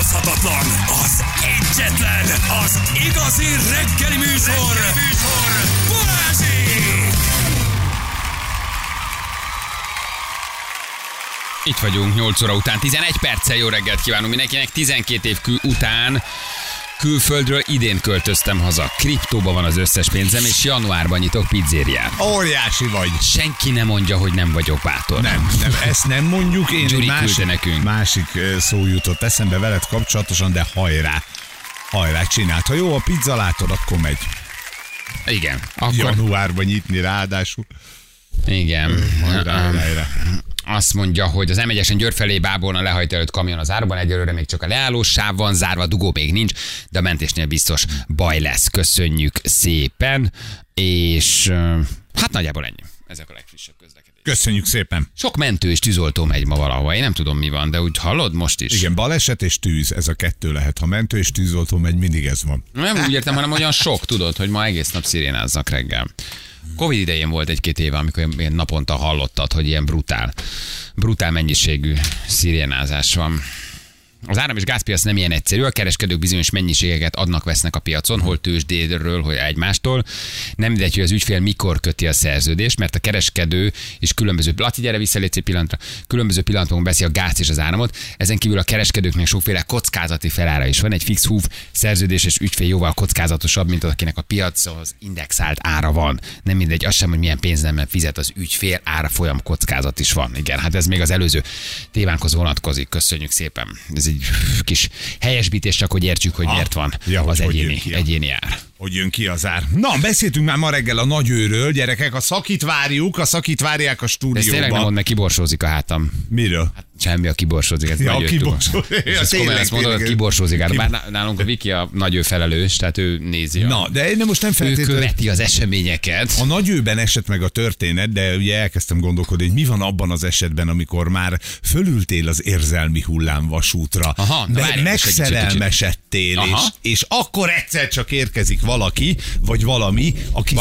utánozhatatlan, az egyetlen, az igazi reggeli műsor, Balázsék! Itt vagyunk 8 óra után, 11 perccel jó reggelt kívánunk mindenkinek, 12 év után külföldről idén költöztem haza. Kriptóban van az összes pénzem, és januárban nyitok pizzériát. Óriási vagy. Senki nem mondja, hogy nem vagyok bátor. Nem, ezt nem mondjuk. Én Gyuri küldte nekünk. Másik szó jutott eszembe veled kapcsolatosan, de hajrá, csináld. Ha jó a pizza látod, akkor megy. Igen. Akkor... Januárban nyitni ráadásul. Igen. Hajrá. Azt mondja, hogy az M1-esen Győr felé Bábolna lehajt előtt kamion az árban, egyelőre még csak a leállós sáv van zárva, dugó még nincs, de a mentésnél biztos baj lesz. Köszönjük szépen, és hát nagyjából ennyi. Ezek a legfrissebb közlekedések. Köszönjük szépen. Sok mentő és tűzoltó megy ma valahova, én nem tudom mi van, de úgy hallod most is? Igen, baleset és tűz, ez a kettő lehet. Ha mentő és tűzoltó megy, mindig ez van. Nem úgy értem, hanem olyan sok, tudod, hogy ma egész nap szirénáznak reggel. Covid idején volt egy-két éve, amikor ilyen naponta hallottad, hogy ilyen brutál mennyiségű szirénázás van. Az áram- és gázpiac nem ilyen egyszerű, a kereskedők bizonyos mennyiségeket adnak-vesznek a piacon, hol tőzsdéről, hogy egymástól. Nem mindegy, hogy az ügyfél mikor köti a szerződést, mert a kereskedő és Laci, gyere vissza légy pillanatra, különböző pillanatokon veszi a gáz és az áramot. Ezen kívül a kereskedőknek sokféle kockázati felára is van. Egy fix húf szerződéses ügyfél jóval kockázatosabb, mint az, akinek a piachoz indexált ára van. Nem mindegy, az sem, hogy milyen pénznemben fizet az ügyfél, árafolyam kockázat is van. Igen, hát ez még az előző témánkhoz vonatkozik. Köszönjük szépen. Ez egy kis helyesbítés, csak hogy értsük, hogy miért van az egyéni ár. Hogy jön ki az ár. Na, beszéltünk már ma reggel a nagyőről, gyerekek, a szakit várják a stúdióban. Ez tényleg nem mond, mert kiborsózik a hátam. Miről? Hát semmi, a kiborsózik. Ez nagy kiborsózik. Ezt mondod, hogy kiborsózik. Bár nálunk a Viki a nagyő felelős, tehát ő nézi. Na, de én most nem feltétlenül... Ő követi az eseményeket. A nagyőben esett meg a történet, de ugye elkezdtem gondolkodni, hogy mi van abban az esetben, amikor már fölültél az érzelmi hullámvasútra. Megszerelmesedtél, és akkor egyszer csak érkezik valaki, vagy valami,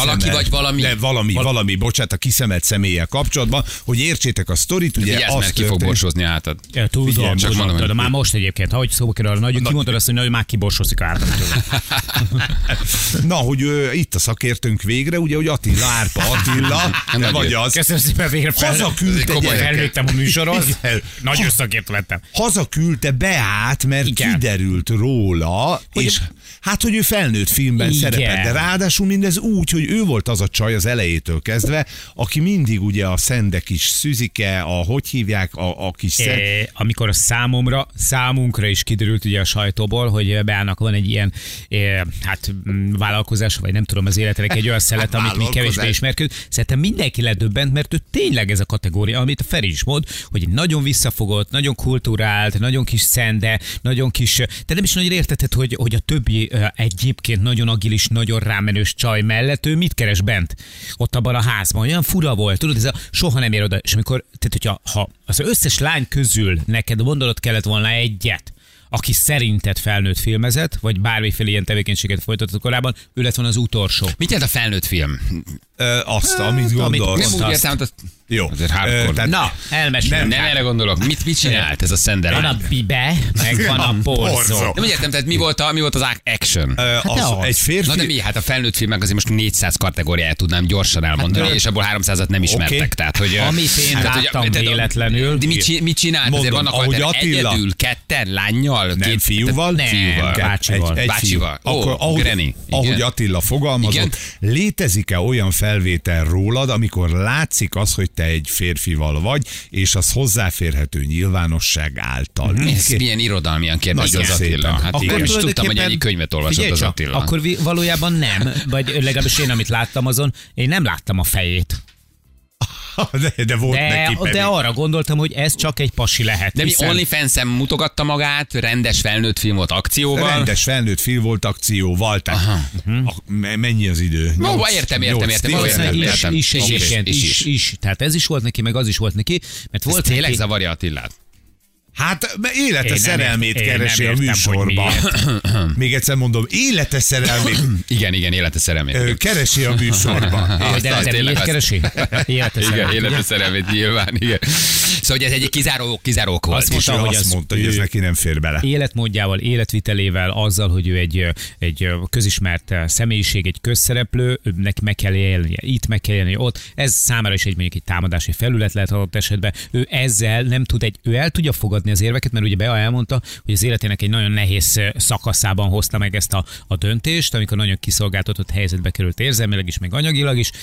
bocsánat, a kiszemelt személlyel kapcsolatban, hogy értsétek a sztorit, ugye azt mert ki fog borsózni a hátad. Ja, tudom, de már most egyébként, ahogy szóba kerül a nagy, kimondod azt, hogy már kiborsózik a hátam tőle. Na, hogy itt a szakértőnk végre, ugye, hogy Árpa Attila, vagy az. Köszönöm szépen, végre felvétem a műsorhoz. Nagy szakértő lettem. Hazaküldte Beát, mert kiderült róla, és hát, hogy ő felnőtt filmben szerepelt, de ráadásul mindez úgy, hogy ő volt az a csaj az elejétől kezdve, aki mindig ugye a Szende kis szűzike, hogy hívják, a kis amikor számunkra is kiderült ugye a sajtóból, hogy Beának van egy ilyen vállalkozás, vagy nem tudom, az életének egy olyan szelet, amit mi kevésbé ismerkedünk. Szerintem mindenki ledöbbent, mert ő tényleg ez a kategória, amit a Feri is mond, hogy egy nagyon visszafogott, nagyon kulturált, nagyon kis szende, nagyon kis, te nem is nagyon érteted, hogy a többi egyébként nagyon agilis, nagyon rámenős csaj mellett ő mit keres bent? Ott abban a házban. Olyan fura volt, tudod, ez a soha nem ér oda. És amikor, tehát hogyha az összes lány közül neked mondanod kellett volna egyet, aki szerinted felnőtt filmezett, vagy bármiféle ilyen tevékenységet folytatott korábban, ő lett volna az utolsó. Mit jelent a felnőtt film? Azt, amit gondolsz. Nem úgy értem, hogy jó. Na, elmesélem. Nem erre gondolok. Mit csinált ez a Szender? Van a bibe, meg van a porzó. Nem úgy értem, tehát mi volt az action? Egy férfi... Na de mi? Hát a felnőtt filmek azért most 400 kategóriáját tudnám gyorsan elmondani, és abból 300-at nem ismertek. Tehát, hogy, amit én láttam véletlenül. De mit csinált? Azért vannak rajta egyedül, ketten, lánnyal? Nem, fiúval? Bácsival. Ahogy Attila fogalmazott, létezik-e olyan felvétel rólad, amikor látszik az, hogy te egy férfival vagy, és az hozzáférhető nyilvánosság által. Ez milyen irodalmian kérdez az Attila. Hát igen, és tudtam, hogy ennyi könyvet olvasott az Attila. Akkor valójában nem, vagy legalábbis én, amit láttam azon, én nem láttam a fejét. De volt neki pedig. De arra gondoltam, hogy ez csak egy pasi lehet. De mi OnlyFans-en mutogatta magát, rendes felnőtt film volt akcióval? Rendes felnőtt film volt akcióval. Tehát mennyi az idő? No, értem. Is. Tehát ez is volt neki, meg az is volt neki. Mert volt ez tényleg zavarja Attilát? Hát élete szerelmét keresi a műsorba. Még egyszer mondom, élete szerelmét. Igen, élete szerelmét. Keresi a műsorba. De miért keresi? Élete szerelmét nyilván, igen. Szóval hogy ez egy kizáró volt. Azt mondta, hogy ez neki nem fér bele. Életmódjával, életvitelével, azzal, hogy ő egy közismert személyiség, egy közszereplő, neki meg kell élnie itt, meg kell élnie ott. Ez számára is mondjuk egy támadási felület lehet adott esetben. Ő ezzel nem tud ő el tudja fogadni az érveket, mert ugye Bea elmondta, hogy az életének egy nagyon nehéz szakaszában hozta meg ezt a döntést, amikor nagyon kiszolgáltatott helyzetbe került érzelmileg is, meg anyagilag is,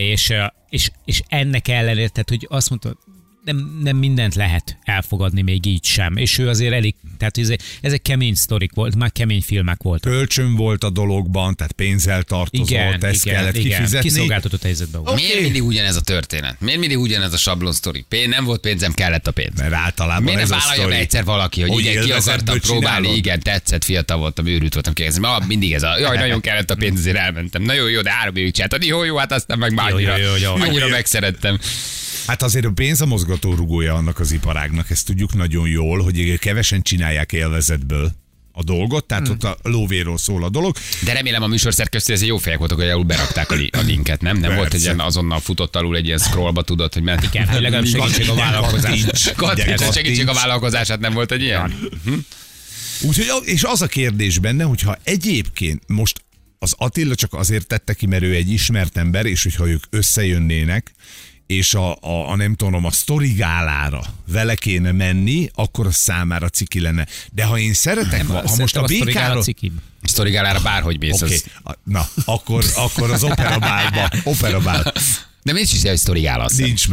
és ennek ellenére, tehát hogy azt mondta, nem mindent lehet elfogadni még így sem. És ő azért elég, tehát ezek kemény sztorik volt, már kemény filmek voltak. Kölcsön volt a dologban, tehát pénzzel tartozott, ezt kellett kifizetni. Kiszolgáltatott helyzetben volt. Miért mindig ugyanez a történet? Miért mindig ugyanez a sablon sztori? Nem volt pénzem, kellett a pénz. Mert általában miért ez nem a vállalja be egyszer valaki, hogy igen, ki akartam próbálni, igen, tetszett, fiatal voltam, őrült voltam, kérdezni. Mindig ez a, jaj, nagyon kellett a pénz, azért elmentem. Nagyon jó, de 3 évig csináltad. Jó, hát aztán meg már annyira megszerettem. Hát azért a pénz a mozgatórugója annak az iparágnak, ezt tudjuk nagyon jól, hogy kevesen csinálják élvezetből a dolgot, tehát ott a lóvéról szól a dolog. De remélem a műsorszerkesztő jó fejek voltak, hogy alul berakták a linket, nem? Nem volt egy ilyen azonnal futott alul egy ilyen scrollba, tudod, hogy mert igen, hogy legalább segítség a vállalkozás. Segítség a vállalkozását, nem volt egy ilyen? Úgyhogy, és az a kérdés benne, hogyha egyébként most az Attila csak azért tette ki, mert ő egy ismert ember, és hogyha ők összejönnének, és a nem tudom, a sztorigálára vele kéne menni, akkor az számára ciki lenne. De ha én szeretek, ha most a békáról... Sztorigálára bárhogy mész. Okay. Na, akkor az operabál. De miért is hogy sztorigál nincs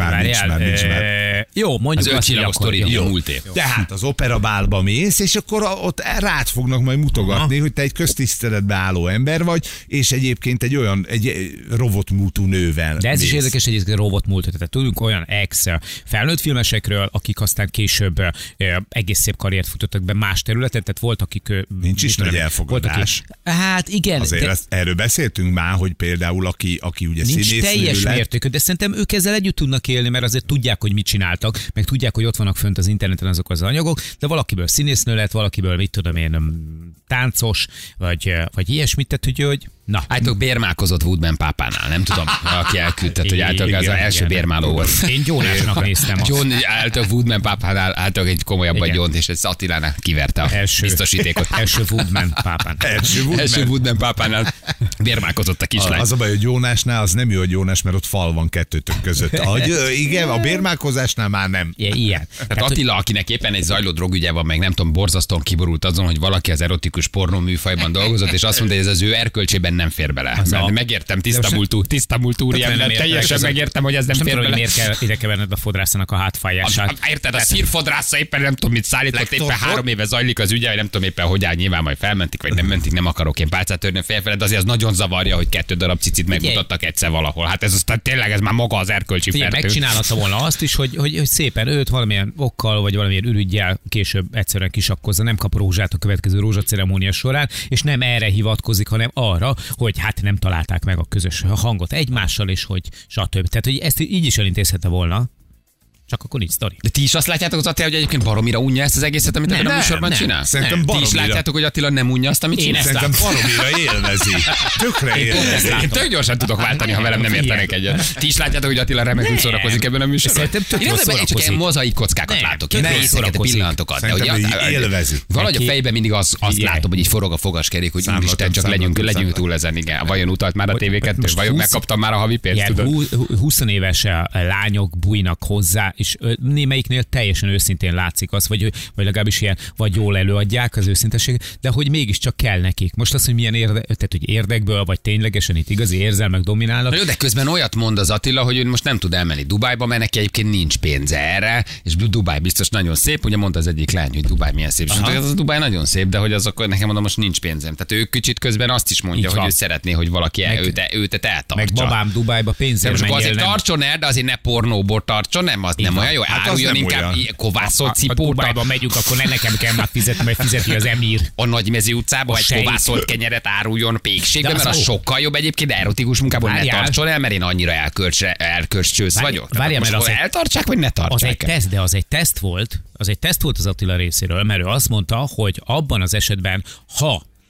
már. Jó, mondjuk az 5 csillagos sztori, jó múlté. Tehát az operabálba mész, és akkor ott rád fognak majd mutogatni, hogy te egy köztiszteletbe álló ember vagy, és egyébként egy robotmúltú nővel. De ez is érdekes, hogy egy robotmúltú. Tehát tudunk olyan felnőtt filmesekről, akik aztán később egész szép karriert futottak be más területen, tehát volt, akik... Nincs is nagy elfogadás. Hát igen. Azért erről beszéltünk már, hogy például aki ugye nincs teljes mértékű, de szerintem ők ezzel együtt tudnak élni, mert azért tudják, hogy mit csináltak, meg tudják, hogy ott vannak fönt az interneten azok az anyagok, de valakiből színésznő lett, valakiből mit tudom én, táncos, vagy ilyesmit, tehát hogy na. Állítólag bérmálkozott Woodman pápánál, nem tudom, aki elküldtet, hogy állítólag az első bérmáló volt. Én Jónásnak néztem azt. Állítólag Woodman pápánál állítólag egy komolyabb a gyónt, és ez Attilának kiverte a biztosítékot. Első Woodman pápán. Első Woodman pápánál bérmálkozott a kislány. Az a baj, hogy Jónásnál az nem jó, hogy Jónás, mert ott fal van kettőtök között. Igen, a bérmálkozásnál már nem. Ilyen. Tehát Attila, akinek éppen egy zajló drogügye van, meg nem tudom, borzasztóan kiborult azon, hogy valaki az erotikus pornó műfajban dolgozott, és azt mondta, hogy ez az ő erkölcsében nem fér bele. Mert megértem, tiszta múltú úriember, teljesen megértem, hogy ez nem fér bele. Miért kell ide keverned a fodrászának a hátfájását? Érted, a szírfodrásza éppen nem tudom, mit szállított, éppen 3 éve zajlik az ügye, nem tudom éppen hogy áll, nyilván majd felmentik, vagy nem mentik, nem akarok én pálcát törni a fejfele, de azért az nagyon zavarja, hogy 2 darab cicit megmutattak egyszer valahol. Hát ez aztán tényleg ez már maga az erkölcsi fertő. Megcsinálhatta volna azt is, hogy szépen őt valamilyen okkal, vagy valamilyen ürüggyel később egyszerűen kisakkozza, nem kap rózsát a következő rózsaceremónia során, és nem erre hivatkozik, hanem arra, hogy hát nem találták meg a közös hangot egymással, és hogy stb. Tehát, hogy ezt így is elintézhette volna. Csak akkor nincs sztori. De ti is azt látjátok az Attila, hogy egyébként baromira unja ezt az egészet, amit ebben a műsorban csinál? Szerintem ti is látjátok, hogy Attila nem unja azt, amit csinál? Szerintem baromira élvezi. Tökre élvezi. Én tök gyorsan tudok váltani, ha velem nem értenek egyet. Ti is látjátok, hogy Attila remekül szórakozik ebben a műsorban? Én csak ilyen mozaik kockákat látok. Én részeket, pillanatokat. Élvezi. Valahogy a fejben mindig azt látom, hogy így forog a fogaskerék, hogy úristen, csak legyünk túl ezen. Igen. Vajon utalt már a TV2, vajon megkaptam már a havi pénzt? 20 éves lányok bújnak hozzá, és némelyiknél teljesen őszintén látszik az, vagy legalábbis ilyen, vagy jól előadják az őszintességet, de hogy mégiscsak kell nekik. Most az, hogy milyen tehát, hogy érdekből, vagy ténylegesen itt igazi érzelmek dominálnak. Na jó, de közben olyat mond az Attila, hogy ő most nem tud elmenni Dubájba, mert neki egyébként nincs pénze erre, és Dubáj biztos nagyon szép, ugye mondta az egyik lány, hogy Dubáj milyen szép. És mondta, az Dubáj nagyon szép, de hogy azok nekem mondom, most nincs pénzem. Tehát ő kicsit közben azt is mondja, hogy ő szeretné, hogy valaki őt eltartsa. Meg babám Dubájba pénzért menjél. Azért tartson el, de azért ne pornóból tartson, nem az nem olyan jó. Áruljon inkább kovászolt cipót. Ha Dubájba megyünk, akkor nekem kell már fizetni, mert fizeti az emír. A Nagymezi utcában egy kovászolt kenyeret áruljon pékségben, mert az sokkal jobb egyébként erotikus munkából ne tartson el, mert én annyira elkölcsősz vagyok. Várjál, mert az eltartsák, vagy ne tartsák. Az egy teszt, de az egy teszt volt. Az egy teszt volt az Attila részéről, mert ő azt mondta, hogy abban az esetben, ha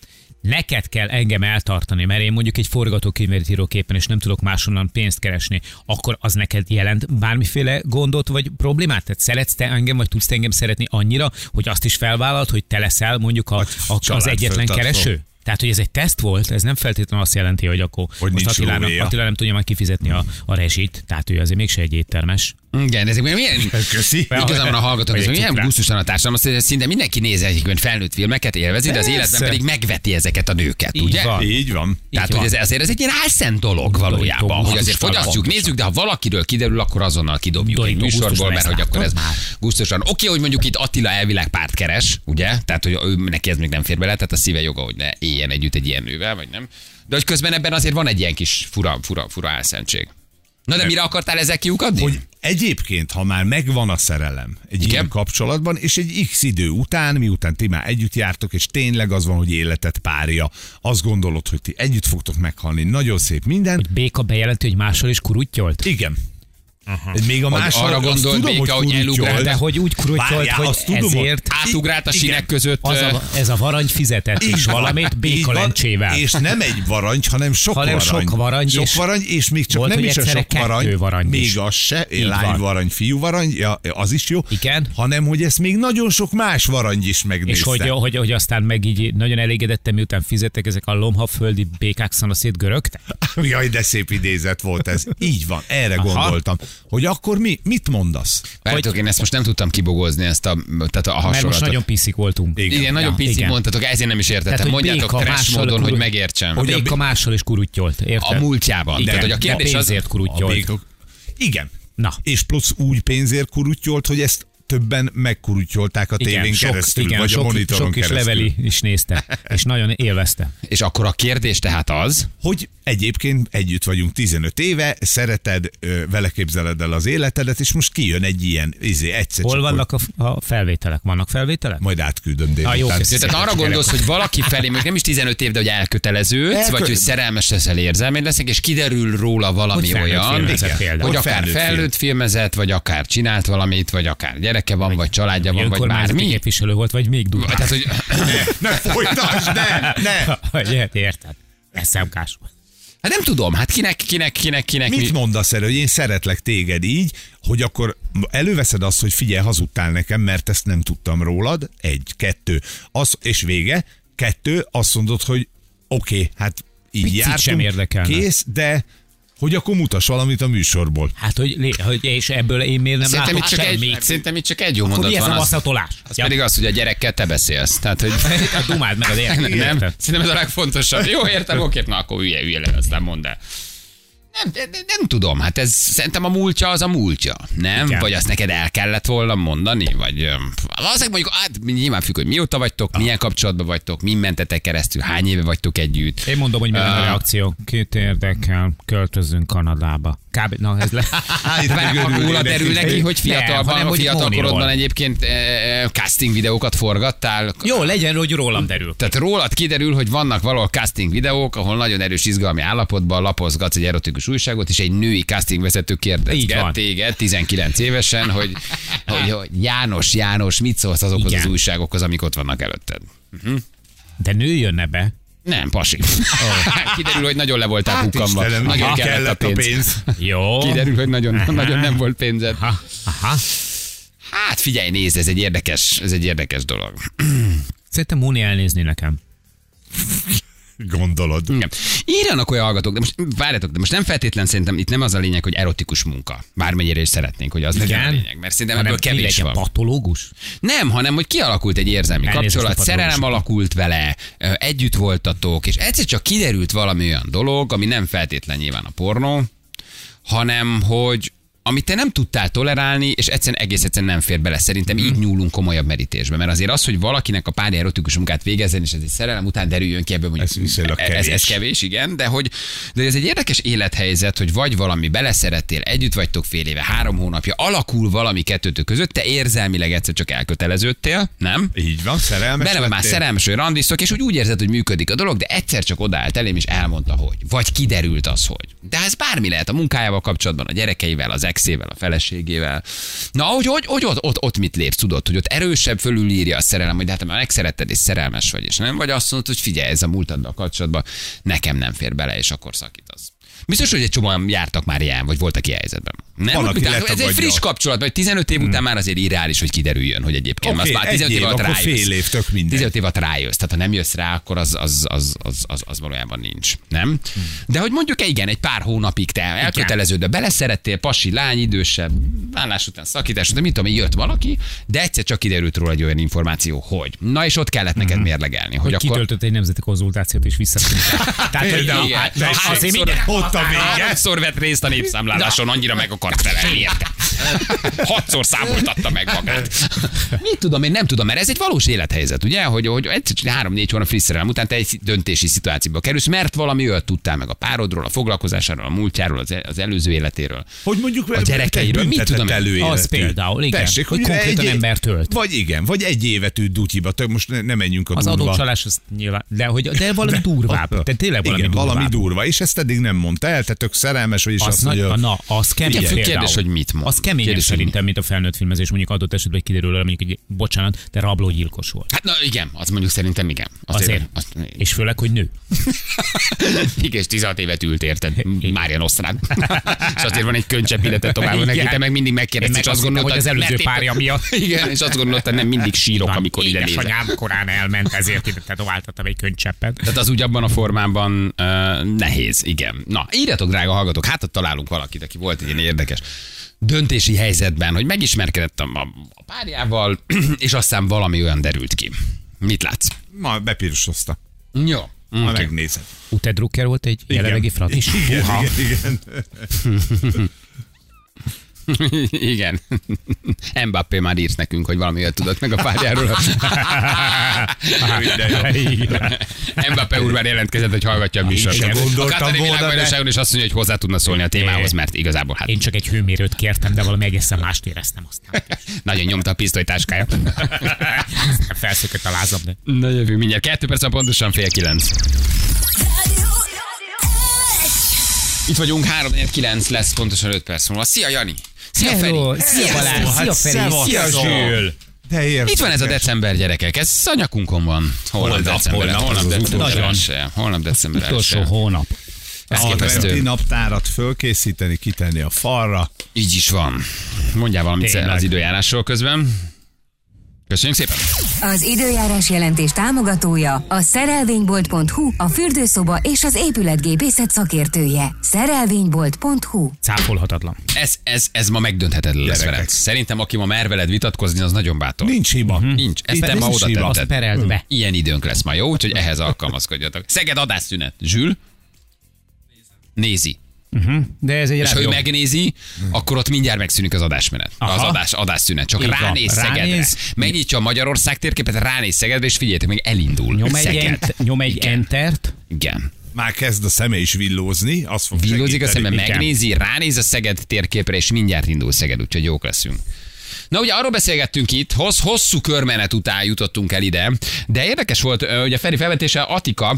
neked kell engem eltartani, mert én mondjuk egy forgatókönyvet írok éppen, és nem tudok máshonnan pénzt keresni, akkor az neked jelent bármiféle gondot vagy problémát? Tehát szeretsz te engem, vagy tudsz te engem szeretni annyira, hogy azt is felvállalt, hogy te leszel mondjuk az egyetlen kereső? Tehát, hogy ez egy teszt volt, ez nem feltétlenül azt jelenti, hogy akkor hogy most Attila nem tudja már kifizetni a rezsit, tehát ő azért mégse egy éttermes. Igen, ezek milyen... Köszi. Igazán a hallgatók, ez milyen gusztustalan a társadalom, azt szinte mindenki néz egyébként felnőtt filmeket, élvezi, de az életben pedig megveti ezeket a nőket, ugye? Így van. Tehát, hogy azért ez egy ilyen álszent dolog valójában, hogy azért fogyasztjuk, nézzük, de ha valakiről kiderül, akkor azonnal kidobjuk egy műsorból, mert hogy akkor ez gusztustalan. Oké, hogy mondjuk itt Attila elvileg párt keres, ugye? Tehát, hogy neki ez még nem fér bele, tehát a szíve joga, hogy ne éljen együtt egy ilyen nővel, vagy nem. De hogy közben ebben azért van egy ilyen kis fura álszentség. Na de mire akartál ezzel kiukadni? Hogy egyébként, ha már megvan a szerelem egy ilyen kapcsolatban, és egy X idő után, miután ti már együtt jártok, és tényleg az van, hogy életed párja, azt gondolod, hogy ti együtt fogtok meghalni, nagyon szép minden. Hogy Béka bejelenti, hogy máshol is kurutyolt? Igen. Még a máshol, arra gondol Béka, hogy elugrált, de hogy úgy kurutyolt, hogy ezért átugrált a sínek között. Ez a varangy fizetett is valamit Béka lencsével. És nem egy varangy, hanem sok varangy. Sok varangy, és még csak volt, nem is a sok varangy, még az se, lány varangy, fiú varangy, ja, az is jó. Igen. Hanem, hogy ezt még nagyon sok más varangy is megnézte. És hogy aztán meg így nagyon elégedettem, miután fizettek ezek a lomhaföldi békák szanaszét görögtek. Jaj, de szép idézet volt ez. Így van, erre gondoltam. Hogy akkor mit mondasz? Várjátok, én ezt most nem tudtam kibogozni, ezt tehát a hasonlatot. Mert most nagyon piszik voltunk. Igen, nagyon piszik mondtatok, ezért nem is értettem. Tehát, mondjátok trash módon, hogy megértsem. Hogy Béka máshol is kurutyolt, érted? A múltjában. Igen, tehát, hogy a kérdés de pénzért kurutyolt. Igen. Na. És plusz úgy pénzért kurutyolt, hogy ezt többen megkurutyolták a tévén keresztül, vagy a monitoron keresztül. Sok leveli is nézte, és nagyon élvezte. És akkor a kérdés tehát az, hogy egyébként együtt vagyunk 15 éve, szereted, vele képzeled el az életedet, és most kijön egy ilyen egyszer. Hol vannak a felvételek? Vannak felvételek? Majd átküldöm délután. Tehát arra gondolsz, hogy valaki felé, még nem is 15 év, de hogy elköteleződsz, vagy hogy szerelmes leszel, érzelmed leszek, és kiderül róla valami hogy olyan, hogy akár felnőtt filmezett, vagy akár csinált valamit, vagy akár gyereke van, vagy családja van, vagy bármi. Képviselő volt, vagy még durvább. Tehát, hogy... ne folytasd, ne! Érted? SMK-s. Hát nem tudom, hát kinek. Mit mondasz erre, hogy én szeretlek téged így, hogy akkor előveszed azt, hogy figyelj, hazudtál nekem, mert ezt nem tudtam rólad, 1, 2, és vége, 2, azt mondod, hogy oké, hát így jártunk, kész, de hogy akkor mutass valamit a műsorból. Hát, hogy és ebből én miért nem látok semmit. Szerintem itt csak egy jó mondat van. Az pedig az, hogy a gyerekkel te beszélsz. Tehát, hogy... Dumáld meg az értelmet. Nem, szerintem ez a legfontosabb. Jó, értem, oké, na akkor hülye le, aztán mondd el. Nem tudom, hát ez szerintem a múltja az a múltja, nem? Igen. Vagy azt neked el kellett volna mondani? Vagy valószínűleg mondjuk, hát nyilván függ, hogy mióta vagytok, milyen kapcsolatban vagytok, mi mentetek keresztül, hány éve vagytok együtt. Én mondom, hogy mi a reakció. Két érdekel, költözzünk Kanadába. Kb. Na, ez le. Róla derül neki, hogy fiatal korodban egyébként casting videókat forgattál. Jó, legyen, hogy rólam derül. Tehát rólad kiderül, hogy vannak valahol casting videók, ahol nagyon erős izgalmi állapotban lapozgatsz egy erotikus újságot, és egy női castingvezető kérdezget téged 19 évesen, hogy János, mit szólsz azokhoz az újságokhoz, amik ott vannak előtted? De nő jönne be. Nem, pasi. Kiderül, hogy nagyon le voltál hukkanva. Nagyon kellett a pénz. Jó. Kiderül, hogy nagyon nem volt pénzed. Aha. Hát figyelj, nézd, ez egy érdekes dolog. Szerintem Móni elnézni nekem. Gondolod. Igen. Írjanak olyan hallgatók, de most várjatok, de most nem feltétlen szerintem itt nem az a lényeg, hogy erotikus munka. Bármennyire is szeretnénk, hogy az legyen a lényeg, mert szerintem ebből kevés van. Patológus? Nem, hanem hogy kialakult egy érzelmi kapcsolat, szerelem alakult vele, együtt voltatok, és egyszer csak kiderült valami olyan dolog, ami nem feltétlen nyilván a pornó, hanem hogy amit te nem tudtál tolerálni, és egész egyszerűen nem fér bele. Szerintem így nyúlunk komolyabb merítésbe. Mert azért az, hogy valakinek a párja erotikus munkát végezzen, és ez egy szerelem után derüljön ki ebből, mondjuk, ez kevés, igen, de ez egy érdekes élethelyzet, hogy vagy valami beleszerettél, együtt vagytok fél éve, 3 hónapja, alakul valami kettőtök között, te érzelmileg egyszer csak elköteleződtél, nem? Így van, szerelmes. Bele már szerelmes, hogy randisztok, és úgy érzed, hogy működik a dolog, de egyszer csak odaállt elém, és elmondta, hogy. Vagy kiderült az, hogy. De ez bármi lehet a munkájával kapcsolatban, a gyerekeivel, az exével, a feleségével. Na, hogy ott mit lépsz, tudod, hogy ott erősebb fölülírja a szerelem, hogy de hát megszeretted és szerelmes vagy, és nem vagy azt mondod, hogy figyelj, ez a múltaddal kapcsolatban nekem nem fér bele, és akkor szakítasz. Biztos, hogy egy csomóan jártak már ilyen, vagy voltak ilyen helyzetben. Nem? Ez egy friss kapcsolat, vagy 15 év után már azért irreális, hogy kiderüljön, hogy egyébként Okay, már 15 év alatt rájössz. Fél év, tök minden. 15 év alatt rájössz, tehát ha nem jössz rá, akkor az valójában nincs. Nem? De hogy mondjuk igen, egy pár hónapig te elköteleződve, beleszerettél, pasi, lány, idősebb, vállás után, szakítás után, mit tudom, jött valaki, de egyszer csak kiderült róla egy olyan információ, hogy. Na és ott kellett neked mérlegelni. Hogy akkor... kitöltött egy nemzeti konzultációt és visszaküldte. Ott a vége. Háromszor vett részt a népszámláláson, annyira meg akart felelni, érte. 6-szor számoltatta meg magát. Mit tudom, én nem tudom, mert ez egy valós élethelyzet, ugye? Hogy egyszer 3-4 hónap friss szerelem után te egy döntési szituációba kerülsz, mert valami olyat tudtál meg a párodról, a foglalkozásáról, a múltjáról, az előző életéről. Hogy mondjuk a gyerekeiről, mit tudom én? Az például, igen. Tessék, hogy konkrétan embert ölt. Vagy egy évet ült dutyiba, most nem menjünk a durva. Az adócsalás, az nyilván, de valami durvább. Tehát tényleg valami durva. És ezt eddig nem mondta el, te tök szerelmes vagy, és azt mondja... Na, az kemény. Kérdés, hogy mit mond. Az keményebb szerintem, mint a felnőtt filmezés, mondjuk adott esetben kiderül, mondjuk, hogy bocsánat, te rablógyilkos volt. Hát na igen, az mondjuk szerintem igen. Azért. És főleg, hogy nő. Igen, és 16 évet ült, érted? Mária Nosztrád. És azért van egy könycsepp illetve tovább neki, te meg mindig megkérdezted, és azt gondoltad, hogy az előző párja miatt. Igen, és azt gondoltad, nem mindig sírok, amikor ide nézek. Édesanyám korán elment, ezért ide tetováltattam egy könycseppet. Tehát az úgy abban a formában nehéz, igen. Na, írjatok, drága hallgatók, hát ott találunk valakit, aki volt egy ilyen érdekes döntési helyzetben, hogy megismerkedettem a párjával, és aztán valami olyan derült ki. Mit látsz? Ma bepirosozta. Jó. Ma megnézed. Ute Drucker volt egy jelenlegi francia. Igen. Igen. Mbappé már írt nekünk, hogy valami olyat tudott meg a párjáról. Mbappé úr már jelentkezett, hogy hallgatja a műsort. A Katari világbajnokságon is azt mondja, hogy hozzá tudna szólni a témához, mert igazából hát... Én csak egy hőmérőt kértem, de valami egészen mást éreztem aztán. Nagyon nyomta a pisztolytáskája. Felszökött a lázam. Na jövő mindjárt. 2 perc, pontosan 8:30. Itt vagyunk, 3-4-9 lesz pontosan 5 perc múlva. Szia Jani! Szia Feri! Szia Balázs! Szia Feri! Szia Zsül! Itt van ez a december, gyerekek, ez a nyakunkon van. Holnap december 1. Holnap december 1. Utolsó hónap. Adventi naptárat fölkészíteni, kitenni a falra. Így is van. Mondjál valamit az időjárásról közben. Köszönjük szépen! Az időjárás jelentés támogatója a szerelvénybolt.hu, a fürdőszoba és az épületgépészet szakértője. Szerelvénybolt.hu. Cáfolhatatlan. Ez ma megdönthetetlen lesz veled. Szerintem, aki ma mer veled vitatkozni, az nagyon bátor. Nincs hiba. Nincs. Ezt te ma oda tetted. Azt pereld be. Ilyen időnk lesz ma, jó? Úgyhogy ehhez alkalmazkodjatok. Szeged adásszünet. Zsül? Nézi. De ez egy és ha ő megnézi, akkor ott mindjárt megszűnik az adásmenet. Az adásszünet. Csak ránéz Szegedre. Megnyitja a Magyarország térképet, ránéz Szegedre, és figyeljetek, meg elindul. Nyom egy entert. Igen. Már kezd a szeme is villózni. Villózik a szeme, megnézi, ránéz a Szeged térképre, és mindjárt indul Szeged, úgyhogy jók leszünk. Na ugye arról beszélgettünk itt, hosszú körmenet után jutottunk el ide, de érdekes volt, ugye Feri felvetése Attika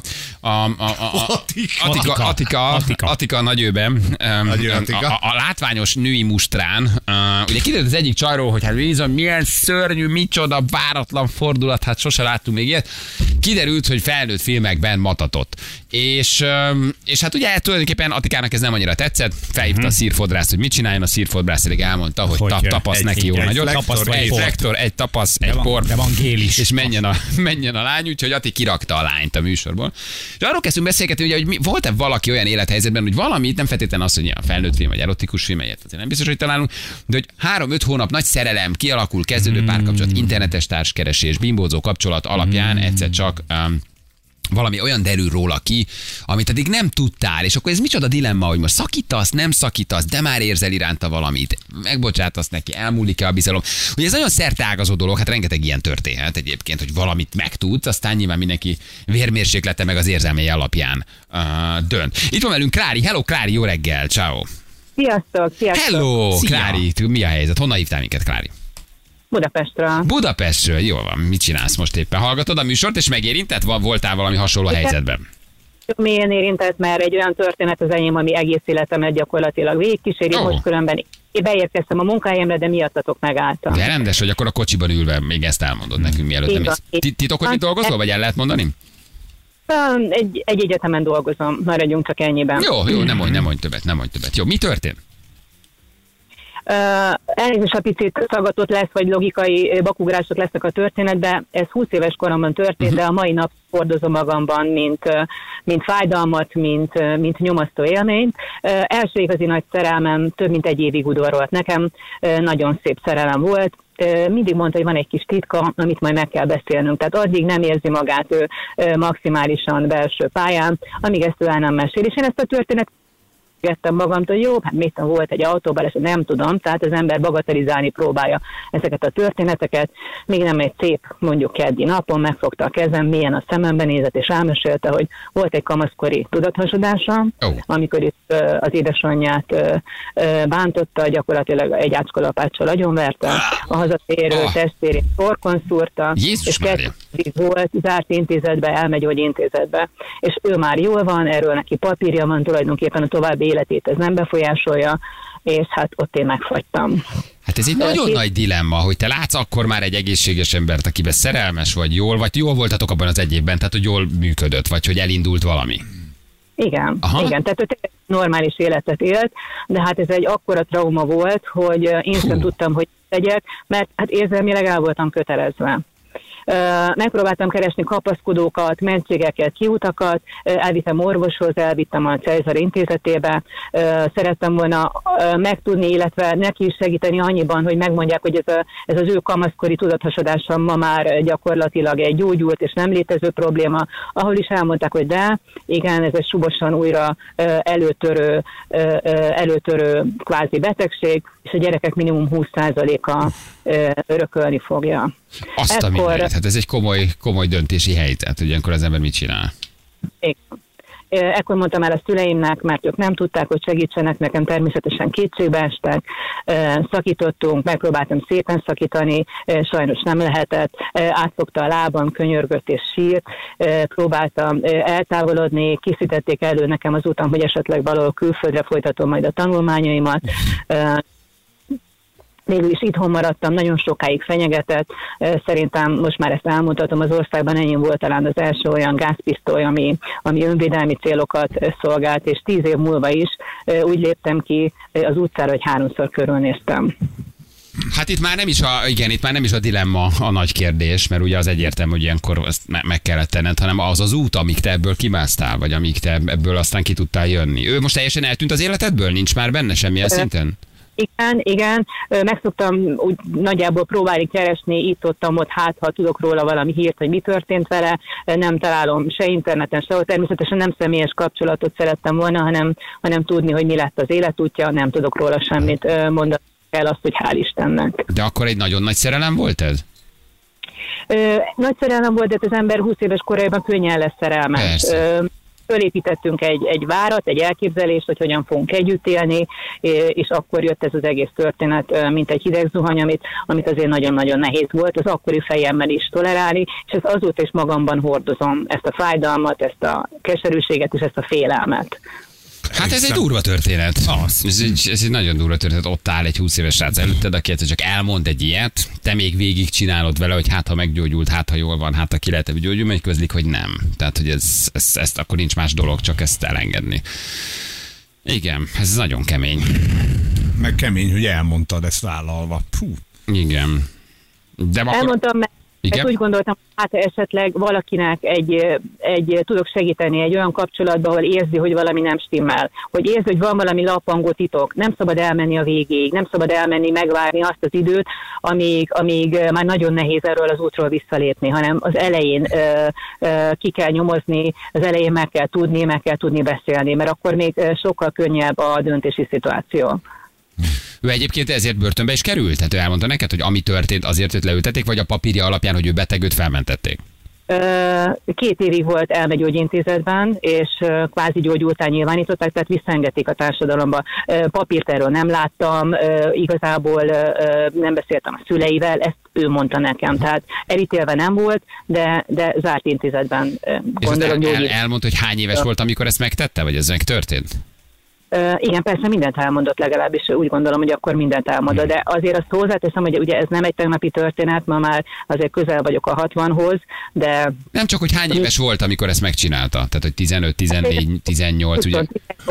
nagyőben, a látványos női mustrán, ugye kiderült az egyik csajról, hogy hát Liza, milyen szörnyű, micsoda, váratlan fordulat, hát sose láttunk még ilyet. Kiderült, hogy felnőtt filmekben matatott. És hát ugye tulajdonképpen Attikának ez nem annyira tetszett, felhívta a szírfodrászt, hogy mit csináljon, a szírfodrász pedig elmondta, hogy tapasz neki jó nagyot. Egy flektor, egy tapasz, egy por, de van gél is. És menjen a lány, úgyhogy Ati kirakta a lányt a műsorból. És arról kezdtünk beszélgetni, ugye, hogy volt-e valaki olyan élethelyzetben, hogy valamit, nem feltétlenül az, hogy a felnőtt film vagy erotikus film, egyet azért nem biztos, hogy találunk, de hogy 3-5 hónap nagy szerelem, kialakul, kezdődő párkapcsolat, internetes társkeresés, bimbózó kapcsolat alapján egyszer csak valami olyan derül róla ki, amit eddig nem tudtál, és akkor ez micsoda dilemma, hogy most szakítasz, nem szakítasz, de már érzel iránta valamit, megbocsátasz neki, elmúlik-e a bizalom. Ugye ez nagyon szerteágazó dolog, hát rengeteg ilyen történhet egyébként, hogy valamit megtudsz, aztán nyilván mindenki vérmérséklete meg az érzelmei alapján dönt. Itt van velünk Klári, hello Klári, jó reggel, ciao. Sziasztok. Hello Klári, mi a helyzet, honnan hívtál minket Klári? Budapestről, jól van. Mit csinálsz most éppen? Hallgatod a műsort, és megérintett? Voltál valami hasonló helyzetben? Milyen érintett, mert egy olyan történet az enyém, ami egész életemet gyakorlatilag végigkíséri. Most különben beérkeztem a munkahelyemre, de miattatok megálltam. De rendes, hogy akkor a kocsiban ülve még ezt elmondod nekünk, mielőtt nem mész. Titok, hogy mit dolgozol, vagy el lehet mondani? Egy egyetemen dolgozom, maradjunk csak ennyiben. Jó, nem mondj többet. Jó, mi történt? Elnézést, a picit szaggatott lesz, vagy logikai bakugrások lesznek a történetben. Ez 20 éves koromban történt, de a mai nap hordozom magamban, mint fájdalmat, mint nyomasztó élményt. Első igazi nagy szerelmem több mint egy évig udvarolt nekem. Nagyon szép szerelem volt. Mindig mondta, hogy van egy kis titka, amit majd meg kell beszélnünk. Tehát addig nem érzi magát ő maximálisan belső pályán, amíg ezt ő el nem mesél. És én ezt a történetet magamtól, jó, hát mit volt egy autóban, és nem tudom, tehát az ember bagatelizálni próbálja ezeket a történeteket, még nem egy szép, mondjuk keddi napon megfogta a kezem, milyen a szemembe nézett, és elmesélte, hogy volt egy kamaszkori tudathasodása, amikor itt az édesanyját bántotta, gyakorlatilag egy ácskolapáccsal agyonverte, a hazatérő testvérét torkon szúrta, és volt, zárt intézetbe, elmegyógyintézetbe, és ő már jól van, erről neki papírja van, tulajdonképpen a további életét ez nem befolyásolja, és hát ott én megfagytam. Hát ez egy nagyon nagy dilemma, hogy te látsz akkor már egy egészséges embert, akiben szerelmes vagy jól voltatok abban az egy évben, tehát hogy jól működött, vagy hogy elindult valami. Igen, tehát ő normális életet élt, de hát ez egy akkora trauma volt, hogy én sem tudtam, hogy tegyek, mert hát érzelmileg el voltam kötelezve. Megpróbáltam keresni kapaszkodókat, mentségeket, kiutakat, elvittem orvoshoz, elvittem a Cejzar intézetébe, szerettem volna megtudni, illetve neki is segíteni annyiban, hogy megmondják, hogy ez az ő kamaszkori tudathasadása ma már gyakorlatilag egy gyógyult és nem létező probléma, ahol is elmondták, hogy de, igen, ez egy subosan újra előtörő kvázi betegség, és a gyerekek minimum 20%-a örökölni fogja. Hát ez egy komoly döntési helyzet, hogy ilyenkor az ember mit csinál. Ekkor mondtam el a szüleimnek, mert ők nem tudták, hogy segítsenek, nekem természetesen kétségbe estek, szakítottunk, megpróbáltam szépen szakítani, sajnos nem lehetett, átfogta a lábam, könyörgött és sírt, próbáltam eltávolodni, készítették elő nekem az utam, hogy esetleg valahol külföldre folytatom majd a tanulmányaimat, végül is itthon maradtam, nagyon sokáig fenyegetett. Szerintem most már ezt elmondhatom, az országban ennyi volt talán az első olyan gázpisztoly, ami önvédelmi célokat szolgált, és 10 év múlva is úgy léptem ki az utcára, hogy 3-szor körülnéztem. Hát itt már nem is a dilemma a nagy kérdés, mert ugye az egyértelmű, hogy ilyenkor ezt meg kellett tenned, hanem az út, amíg te ebből kimásztál, vagy amíg te ebből aztán ki tudtál jönni. Ő most teljesen eltűnt az életedből? Nincs már benne semmilyen szinten? Igen, meg szoktam úgy nagyjából próbálni keresni itt-ott, hát ha tudok róla valami hírt, hogy mi történt vele, nem találom se interneten, sehol. Természetesen nem személyes kapcsolatot szerettem volna, hanem tudni, hogy mi lett az életútja, nem tudok róla semmit mondani kell azt, hogy hál' Istennek. De akkor egy nagyon nagy szerelem volt ez? Nagy szerelem volt, de az ember 20 éves korában könnyen lesz szerelmes. Fölépítettünk egy várat, egy elképzelést, hogy hogyan fogunk együtt élni, és akkor jött ez az egész történet, mint egy hideg zuhany, amit azért nagyon-nagyon nehéz volt az akkori fejemmel is tolerálni, és ezt azóta is magamban hordozom, ezt a fájdalmat, ezt a keserűséget és ezt a félelmet. Hát ez egy durva történet. Ez egy nagyon durva történet. Ott áll egy 20 éves srác előtted, aki egyszer csak elmond egy ilyet, te még végig csinálod vele, hogy hát ha meggyógyult, hát ha jól van, hát ha ki lehet gyógyulni, majd közlik, hogy nem. Tehát, hogy ezt akkor nincs más dolog, csak ezt elengedni. Igen, ez nagyon kemény. Meg kemény, hogy elmondtad ezt vállalva. Puh. Igen. De elmondtam meg. Ezt úgy gondoltam, hát esetleg valakinek tudok segíteni egy olyan kapcsolatban, ahol érzi, hogy valami nem stimmel, hogy érzi, hogy van valami lappangó titok, nem szabad elmenni a végéig, nem szabad elmenni, megvárni azt az időt, amíg már nagyon nehéz erről az útról visszalépni, hanem az elején ki kell nyomozni, az elején meg kell tudni beszélni, mert akkor még sokkal könnyebb a döntési szituáció. Ő egyébként ezért börtönbe is került? Tehát ő elmondta neked, hogy ami történt, azért őt leültették, vagy a papírja alapján, hogy ő beteg, őt felmentették? 2 évig volt elmegyógyintézetben, és kvázi gyógyultán nyilvánították, tehát visszaengedték a társadalomba. Papírt erről nem láttam, igazából nem beszéltem a szüleivel, ezt ő mondta nekem. Tehát elítélve nem volt, de zárt intézetben gondolom gyógyult. Elmondta, hogy hány éves volt, amikor ezt megtette, vagy ez megtörtént? Igen, persze mindent elmondott, legalábbis úgy gondolom, hogy akkor mindent elmondott, de azért azt hozzáteszem, hogy ugye ez nem egy tegnapi történet, ma már azért közel vagyok a 60-hoz, de... Nem csak, hogy hány éves volt, amikor ezt megcsinálta? Tehát, hogy 15, 14, 18, ugye?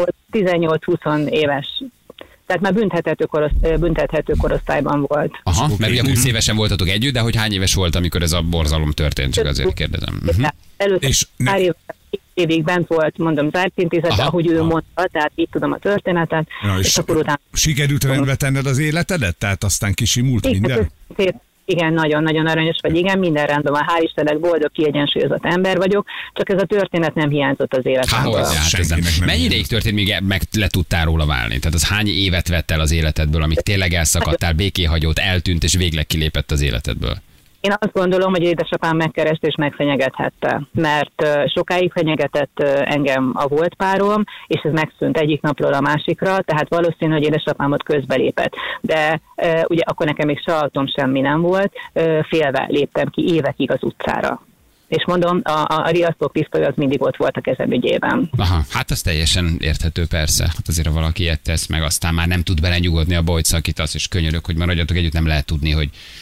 18-20 éves. Tehát már büntethető korosztályban volt. Aha, mert ugye 20 évesen voltatok együtt, de hogy hány éves volt, amikor ez a borzalom történt, csak azért kérdezem. Először pár évig bent volt, mondom, zárt intézetben, ahogy ő mondta, tehát így tudom a történetet. Ja, és akkor utána... Sikerült rendbe tenned az életedet? Tehát aztán kisimult minden? Igen, nagyon-nagyon aranyos vagy, igen, minden rendben van. Hál' Istennek boldog, kiegyensúlyozott ember vagyok, csak ez a történet nem hiányzott az életemből. Mennyi ideig történt, még meg le tudtál róla válni? Tehát az hány évet vett el az életedből, amíg tényleg elszakadtál, békéhagyót, eltűnt és végleg kilépett az életedből? Én azt gondolom, hogy édesapám megkerest és megfenyegethette, mert sokáig fenyegetett engem a volt párom, és ez megszűnt egyik napról a másikra, tehát valószínű, hogy édesapámot közbelépett. De ugye akkor nekem még se autóm, semmi nem volt, félve léptem ki évekig az utcára. És mondom, a riasztópisztoly az mindig ott volt a kezem ügyében. Aha, hát az teljesen érthető, persze. Hát azért, ha valaki ilyet tesz, meg aztán már nem tud belenyugodni abba, hogy szakítasz, és könyörök, hogy maradjatok együtt, nem lehet tudni,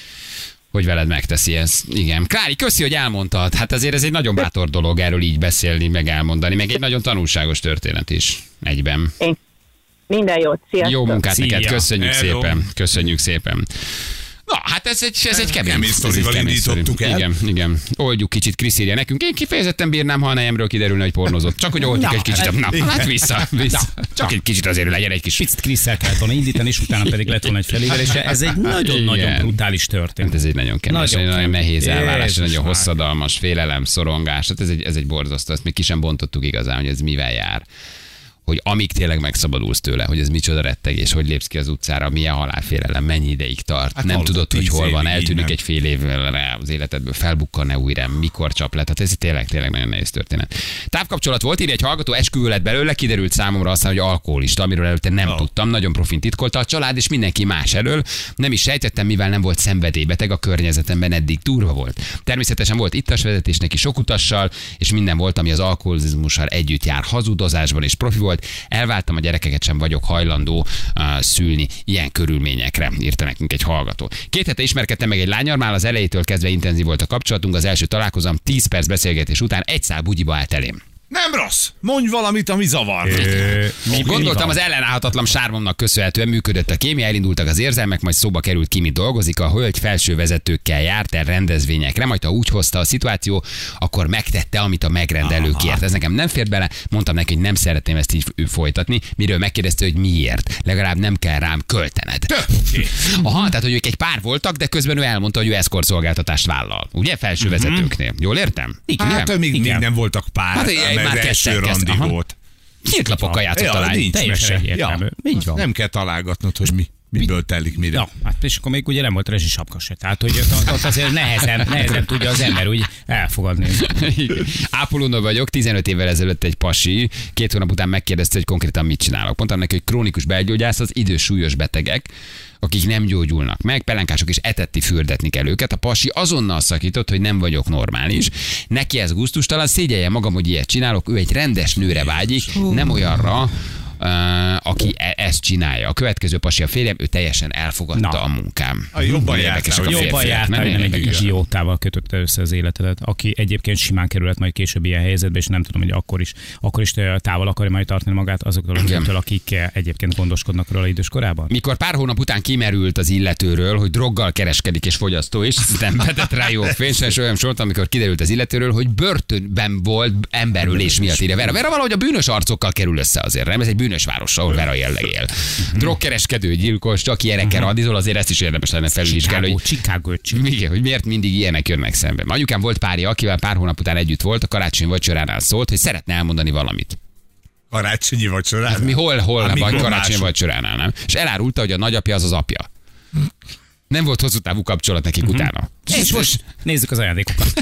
hogy veled megteszi ezt. Igen. Klári, köszi, hogy elmondtad. Hát azért ez egy nagyon bátor dolog erről így beszélni, meg elmondani, meg egy nagyon tanulságos történet is egyben. Minden jót, sziasztok! Jó munkát neked, köszönjük szépen. Köszönjük szépen. Na, hát ez egy kemény sztorival indítottuk el. Igen. Oldjuk kicsit, Krisz írja nekünk. Én kifejezetten bírnám, ha a nejemről kiderülne, hogy pornozott. Csak hogy oldjuk egy kicsit. Na, hát vissza. Csak egy kicsit azért legyen egy kis... Picit Krisszel kellett volna indítani, és utána pedig lett volna egy felégelése. Ez egy nagyon-nagyon brutális történet. Ez egy nagyon kemény, nagyon nehéz elvárás, nagyon hosszadalmas, félelem, szorongás. Hát ez egy borzasztó. Ezt még ki sem bontottuk igazán, hogy ez mivel jár. Hogy amíg tényleg megszabadulsz tőle, hogy ez micsoda rettegés, hogy lépsz ki az utcára, milyen halálfélelem, mennyi ideig tart, hát nem tudod, hogy hol van, eltűnik egy fél évvel az életedből, felbukkan-e újra, mikor csap le, tehát ez tényleg nagyon nehéz történet. Távkapcsolat volt, írja egy hallgató, esküvő lett belőle, kiderült számomra aztán, hogy alkoholista, amiről előtte nem tudtam, nagyon profin titkolta a család és mindenki más elől, nem is sejtettem, mivel nem volt szenvedélybeteg, a környezetemben eddig durva volt. Természetesen volt ittasvezetés neki sok utassal, és minden volt, ami az alkoholizmussal együtt jár, hazudozásban és profi volt. Elváltam, a gyerekeket sem vagyok hajlandó szülni ilyen körülményekre, írta nekünk egy hallgató. 2 hete ismerkedtem meg egy lánnyal, már az elejétől kezdve intenzív volt a kapcsolatunk, az első találkozom 10 perc beszélgetés után egy szál bugyiba állt elém. Nem rossz! Mondj valamit, ami zavar. Gondoltam, az ellenállhatatlan sármomnak köszönhetően működött a kémia, elindultak az érzelmek, majd szóba került ki, mit dolgozik. A hölgy felső vezetőkkel járt el rendezvényekre, majd ha úgy hozta a szituáció, akkor megtette, amit a megrendelő kért. Ez nekem nem fért bele, mondtam neki, hogy nem szeretném ezt így folytatni, miről megkérdezte, hogy miért. Legalább nem kell rám költened. Aha, tehát hogy ők egy pár voltak, de közben ő elmondta, hogy ő eszkort szolgáltatást vállal. Ugye felső vezetőknél. Jól értem? Hát még nem voltak pár. Hát, már első randi volt. Nyíltlapokkal játszott a lány. Nincs mese. Így van. Nem kell találgatnod, hogy miből telik mire. Ja, hát és akkor még ugye nem volt rezsisapka se. Tehát, hogy ott azért nehezen tudja az ember úgy elfogadni. Ápolónő vagyok, 15 évvel ezelőtt egy pasi, 2 hónap után megkérdezte, hogy konkrétan mit csinálok. Mondtam neki, hogy krónikus belgyógyász az idős súlyos betegek, akik nem gyógyulnak meg, pelenkások is etetni, fürdetni kell őket. A pasi azonnal szakított, hogy nem vagyok normális. Neki ez gusztustalan, szégyelje magam, hogy ilyet csinálok. Ő egy rendes nőre vágyik, nem olyanra, aki ezt csinálja. A következő pasi a férjem, ő teljesen elfogadta a munkám. Jobban jártál, nem egy idiótával kötötte össze az életedet, aki egyébként simán kerülhet majd később ilyen helyzetbe, és nem tudom, hogy akkor is távol akarja majd tartani magát azoktól a nőktől, akik egyébként gondoskodnak róla időskorában. Mikor pár hónap után kimerült az illetőről, hogy droggal kereskedik és fogyasztó is, nem vetett rá jó fénysen, és olyan sort, amikor kiderült az illetőről, hogy börtönben volt emberölés miatt. Vera valahogy a bűnös arcokkal kerül össze azért, nem? Ez egy bűnös város, ahol Vera jelleg él. Drogkereskedő, gyilkos, csak ilyenekkel radizol, azért ezt is érdemes lenne felvizsgálni, hogy miért mindig ilyenek jönnek szembe. Anyukám volt párja, akivel pár hónap után együtt volt, a karácsonyi vacsoránál szólt, hogy szeretne elmondani valamit. Karácsonyi vacsoránál? Hát mi hol vagy karácsonyi vacsoránál, nem? És elárulta, hogy a nagyapja az apja. Nem volt hosszú távú kapcsolat nekik utána. És most nézzük az ajándékokat.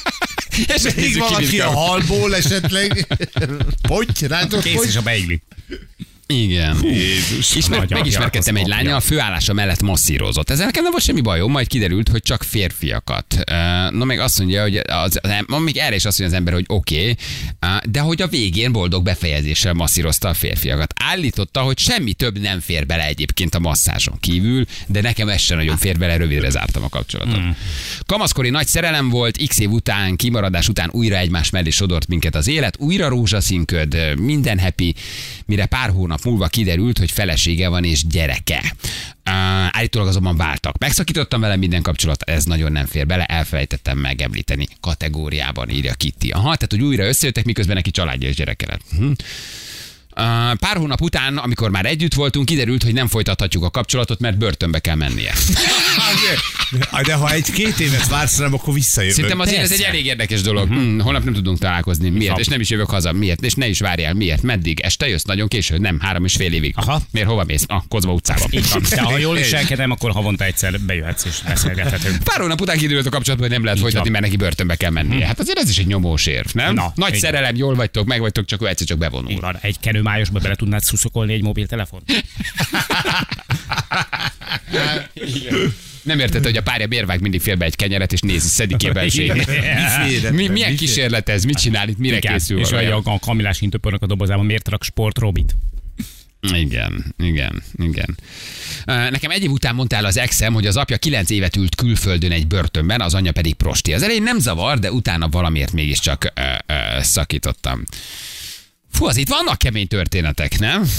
És még valaki a halból esetleg. Hogy? Kész is a beigli. Igen. Jézus. Megismerkedtem egy lányjal, a főállása mellett masszírozott. Ezzel nekem nem volt semmi bajom, majd kiderült, hogy csak férfiakat. Na meg azt mondja, hogy még erre is azt mondja az ember, hogy oké, de hogy a végén boldog befejezéssel masszírozta a férfiakat. Állította, hogy semmi több nem fér bele egyébként a masszázson kívül, de nekem ez sem nagyon fér bele, rövidre zártam a kapcsolatot. Kamaszkori nagy szerelem volt, x év után, kimaradás után újra egymás mellé sodort minket az élet, újra rózsaszínköd, minden happy, mire pár hónap múlva kiderült, hogy felesége van és gyereke. Állítólag azonban váltak. Megszakítottam vele minden kapcsolat, ez nagyon nem fér bele, elfelejtettem megemlíteni kategóriában, írja Kitty. Aha, tehát hogy újra összejöttek, miközben neki családja és gyereke lett. Pár hónap után, amikor már együtt voltunk, kiderült, hogy nem folytathatjuk a kapcsolatot, mert börtönbe kell mennie. De ha 1-2 évet vársz rám, akkor visszajövök. Szerintem azért ez egy elég érdekes dolog. Holnap nem tudunk találkozni. Miért? És nem is jövök haza. Miért? És ne is várjál. Miért? Meddig? Este jössz nagyon késő? Nem, 3,5 évig. Aha. Miért? Hova mész? Kozma utcába. De ha jól viselkedem, akkor havonta egyszer bejöhetsz és beszélgethetünk. Pár hónap után kiderült a kapcsolatban, hogy nem lehet folytatni, mert neki börtönbe kell mennie. Hát azért ez is egy nyomós érv, nem? Na, nagy szerelem, jól vagytok, meg vagytok, csak ő egyszer csak bevonul. Van, egy kenőmájosba bele tudnád szuszokolni egy mobiltelefon? Nem érted, hogy a párja miért vág mindig félbe egy kenyeret, és nézi, szedik ki a belségét. Milyen kísérlet ez? Mit csinál itt? Mire készül? És a kamilás hintőpornak a dobozában miért rak sportrobit? Igen. Nekem egy év után mondta el az exem, hogy az apja 9 évet ült külföldön egy börtönben, az anyja pedig prosti. Az elején nem zavar, de utána valamiért mégiscsak szakítottam. Fú, az itt vannak kemény történetek, nem?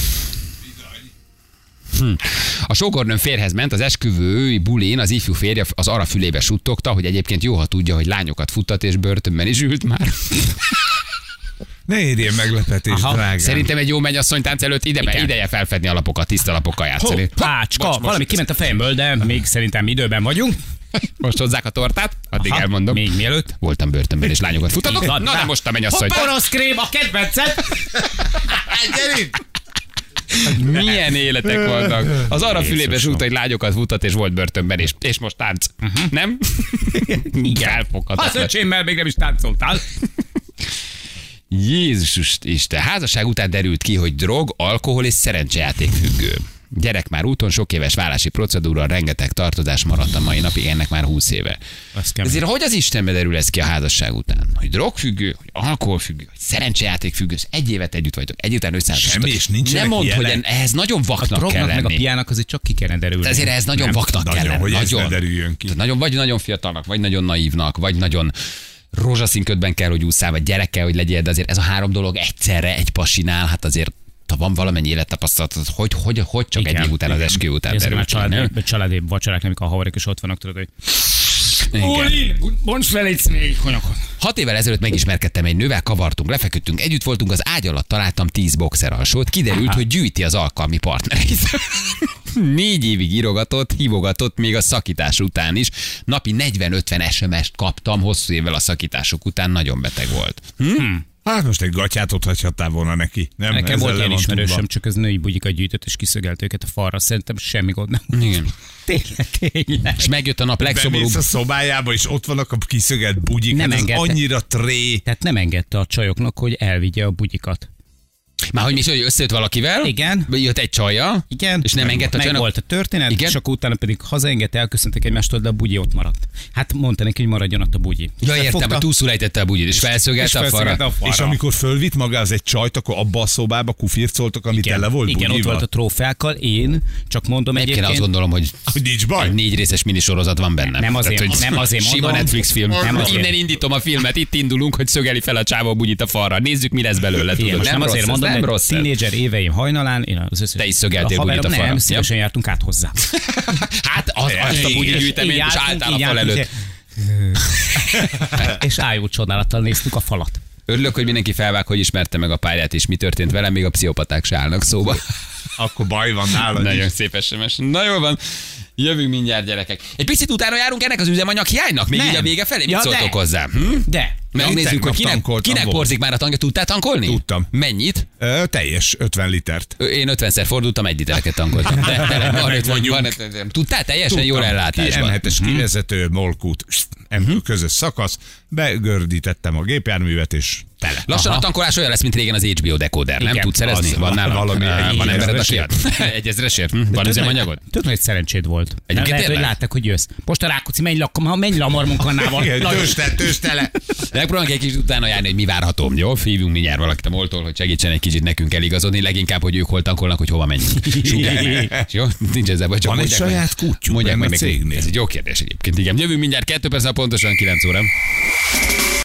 A sógornőm férhez ment, az esküvői bulin az ifjú férje az arra fülébe suttogta, hogy egyébként jó, ha tudja, hogy lányokat futtat, és börtönben is ült már. Ne érjen meglepetés, drágám. Szerintem egy jó mennyasszonytánc előtt ideje felfedni a lapokat, tiszta lapokkal játszani. Pácska, valami kiment a fejemből, de még szerintem időben vagyunk. Most hozzák a tortát, addig elmondom. Még mielőtt. Voltam börtönben, és lányokat futtatok. Na de most a mennyasszony. Orosz krém, a kedvenced! Gyerünk! Milyen életek voltak. Az arra fülébe súgta, hogy lányokat futat, és volt börtönben, és most tánc. Nem? Igen. Elfoghatatlan. Az öcsémmel még nem is táncoltál. Jézus Isten. Házasság után derült ki, hogy drog, alkohol és szerencsejáték függő. Gyerek már úton, sok éves vállási procedúra, rengeteg tartozás maradt a mai napig, ennek már 20 éve. Ezért hogy az Istenbe derül ez ki a házasság után? Hogy drogfüggő, hogy alkoholfüggő, hogy szerencsejáték függő, egy évet együtt vagytok, egy után összeálltok. Semmi, és nincsenek nem mondd, ilyenek. hogy ehhez nagyon vaknak kell lenni. Meg a piának azért csak ki kellene derülni. De ezért ehhez nagyon vaknak kell lenni. Hogy ez nagyon. ne derüljön ki. Vagy nagyon fiatalnak, vagy nagyon naívnak, vagy nagyon rózsaszínködben kell, hogy ússzál, vagy gyerekkel, hogy legyél, de azért ez a 3 dolog egyszerre egy pasinál, hát azért ha van valamennyi élettapasztalat, hogy csak egy év után, az esküvő után derül ki, nem? Családi vacsorák, amikor a havarok is ott vannak, tudod, hogy Olin, bonts fel egy még konyakot. 6 évvel ezelőtt megismerkedtem egy nővel, kavartunk, lefeküdtünk, együtt voltunk, az ágy alatt találtam 10 boxeralsót, kiderült, hogy gyűjti az alkalmi partnereit. 4 évig írogatott, hívogatott, még a szakítás után is. Napi 40-50 SMS-t kaptam hosszú évvel a szakítások után, nagyon beteg volt. Hát most egy gatyát ott hagyhattál volna neki. Nem, nekem volt ilyen ismerősöm, tudva. csak az női bugyikat gyűjtött és kiszögelt őket a falra. Szerintem semmi gond nem. Igen. Tényleg. És megjött a nap legszomorúbb. Bemész a szobájába, és ott vannak a kiszögelt bugyik. Nem Ez engedte. annyira tré. Tehát nem engedte a csajoknak, hogy elvigye a bugyikat. Már hogy összejött valakivel? Igen. Jött egy csajja. Igen. És nem engedte a meg csajnak. volt a történet, Igen? és akkor utána pedig hazaengedte, elköszöntek egymástól, de a bugyi ott maradt. Hát mondta neki, hogy maradjon ott a bugyi. Ja, értem, Fogta, hogy túlszul ejtette a bugyit, és felszögelte a falra. És amikor fölvitt magához egy csajt, akkor abba a szobába kufircoltok, ami tele volt igen, ott bugyival? volt a trófeákkal, én csak mondom Egyébként azt egyébként. gondolom, hogy Hogy nincs baj? egy 4 részes minisorozat van benne. Nem azért- Tehát, hogy nem azért Sima mondom. Netflix film. Nem azért. Innen indítom a filmet, itt indulunk, hogy szögeli fel a csávó bugyit a falra. Nézzük, mi lesz belőle. Igen, Tudod. most nem rossz azért ez, mondom, nem hogy rossz ez. tínédzser éveim hajnalán, én az összes... Te is szögeltél bugyit a falra. Nem, szívesen jártunk át hozzá. Hát azt a bugyi gyűjteményt, és álltál a fal előtt. És ájó csodálattal néztük a falat. Örülök, hogy mindenki felvág, hogy ismerte meg a pályát, és mi történt velem, még a pszichopaták se állnak szóba. Akkor baj van nálad Nagyon is. szép SMS. Na jól van. Jövünk mindjárt, gyerekek. Egy picit utána járunk ennek az üzemanyag hiánynak, még Nem. így a vége felé. Mit Ja, szóltok de. hozzá? De Megnézzük, hogy kinek porzik már a tankja. Tudtál tankolni? Tudtam. Mennyit? Teljes 50 litert. Én 50-szer fordultam, 1 litereket tankoltam. Tudtál teljesen jól ellátásban. M7-es kivezető, Molkút, közös szakasz, begördítettem a gépjárművet, és tele. Lassan a tankolás olyan lesz, mint régen az HBO decoder, nem? Tudsz szerezni? Van nálam? Van embered, aki ad? 1000-esért? Van üzemanyagod? Tudom, hogy szerencséd volt. Egyébként lehet, hogy látták, hogy jössz. Most a Rákóczi, menj le a marmunkannával. Tőstele. Megpróbálunk egy kicsit utána járni, hogy mi várható. Jó, hívjunk mindjárt valakit a MOL-tól, hogy segítsen egy kicsit nekünk eligazodni, leginkább, hogy ők hol tankolnak, hogy hova menjünk. Jó, nincs ezzel baj, csak van egy saját kutyuk, mondják meg a cégnél. Ez egy jó kérdés egyébként. Igen, jövünk mindjárt 2 perc, pontosan 9 óra.